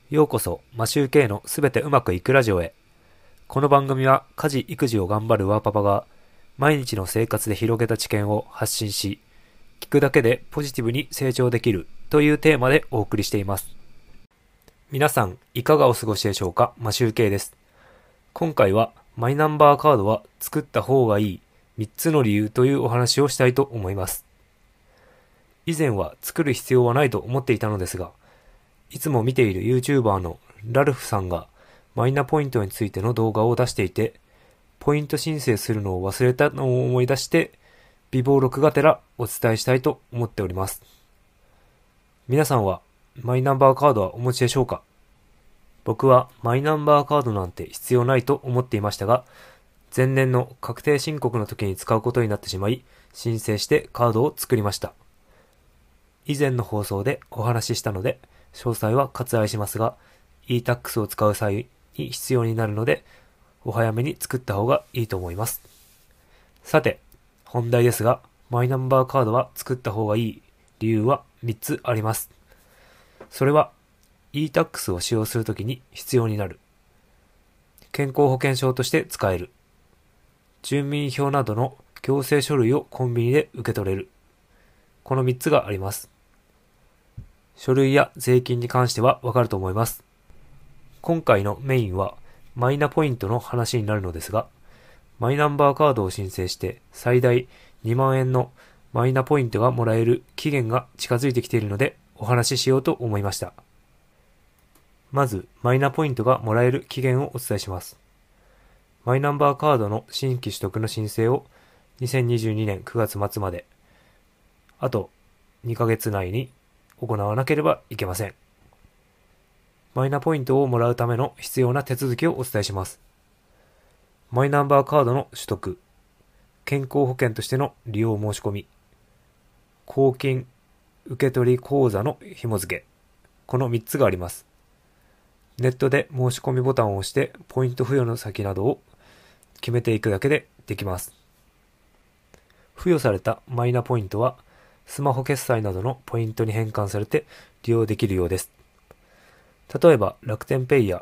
ようこそマシューケイのすべてうまくいくラジオへ。この番組は家事育児を頑張るワーパパが毎日の生活で広げた知見を発信し、聞くだけでポジティブに成長できるというテーマでお送りしています。皆さんいかがお過ごしでしょうか。マシューケイです。今回はマイナンバーカードは作った方がいい3つの理由というお話をしたいと思います。以前は作る必要はないと思っていたのですが、いつも見ている YouTuber のラルフさんがマイナポイントについての動画を出していて、ポイント申請するのを忘れたのを思い出して、備忘録がてらお伝えしたいと思っております。皆さんはマイナンバーカードはお持ちでしょうか？僕はマイナンバーカードなんて必要ないと思っていましたが、前年の確定申告の時に使うことになってしまい、申請してカードを作りました。以前の放送でお話ししたので、詳細は割愛しますが、e-tax を使う際に必要になるので、お早めに作った方がいいと思います。さて、本題ですが、マイナンバーカードは作った方がいい理由は3つあります。それは、e-tax を使用するときに必要になる。健康保険証として使える。住民票などの行政書類をコンビニで受け取れる。この3つがあります。書類や税金に関してはわかると思います。今回のメインはマイナポイントの話になるのですが、マイナンバーカードを申請して最大2万円のマイナポイントがもらえる期限が近づいてきているのでお話ししようと思いました。まず、マイナポイントがもらえる期限をお伝えします。マイナンバーカードの新規取得の申請を2022年9月末まで、あと2ヶ月内に行わなければいけません。マイナポイントをもらうための必要な手続きをお伝えします。マイナンバーカードの取得、健康保険としての利用申し込み、公金受取口座の紐付け、この3つがあります。ネットで申し込みボタンを押してポイント付与の先などを決めていくだけでできます。付与されたマイナポイントはスマホ決済などのポイントに変換されて利用できるようです。例えば楽天ペイや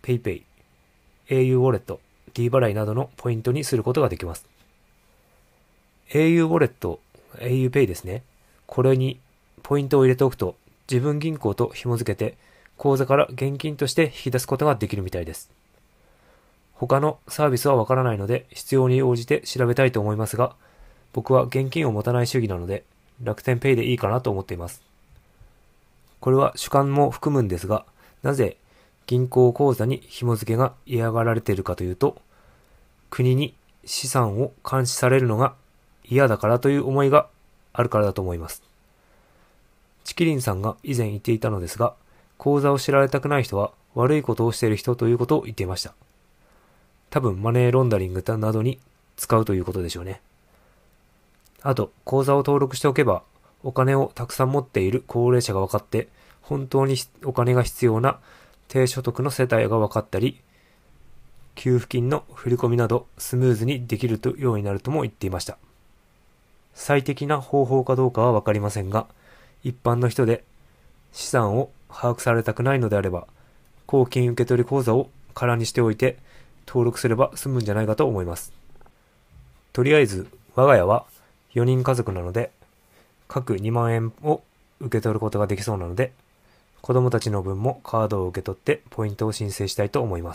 PayPay、au ウォレット、D 払いなどのポイントにすることができます。au ウォレット、au Pay ですね。これにポイントを入れておくと自分銀行と紐付けて口座から現金として引き出すことができるみたいです。他のサービスはわからないので必要に応じて調べたいと思いますが、僕は現金を持たない主義なので楽天ペイでいいかなと思っています。これは主観も含むんですが、なぜ銀行口座に紐付けが嫌がられているかというと、国に資産を監視されるのが嫌だからという思いがあるからだと思います。チキリンさんが以前言っていたのですが、口座を知られたくない人は悪いことをしている人ということを言っていました。多分マネーロンダリングなどに使うということでしょうね。あと、口座を登録しておけば、お金をたくさん持っている高齢者が分かって、本当にお金が必要な低所得の世帯が分かったり、給付金の振り込みなどスムーズにできるようになるとも言っていました。最適な方法かどうかは分かりませんが、一般の人で資産を把握されたくないのであれば、公金受取口座を空にしておいて登録すれば済むんじゃないかと思います。とりあえず、我が家は4人家族なので、各2万円を受け取ることができそうなので、子供たちの分もカードを受け取ってポイントを申請したいと思います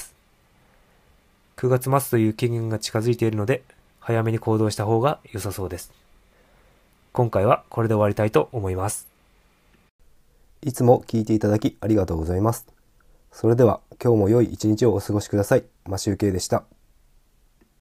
。9月末という期限が近づいているので、早めに行動した方が良さそうです。今回はこれで終わりたいと思います。 いつも聞いていただきありがとうございます。それでは今日も良い一日をお過ごしください。マシュウケイでした。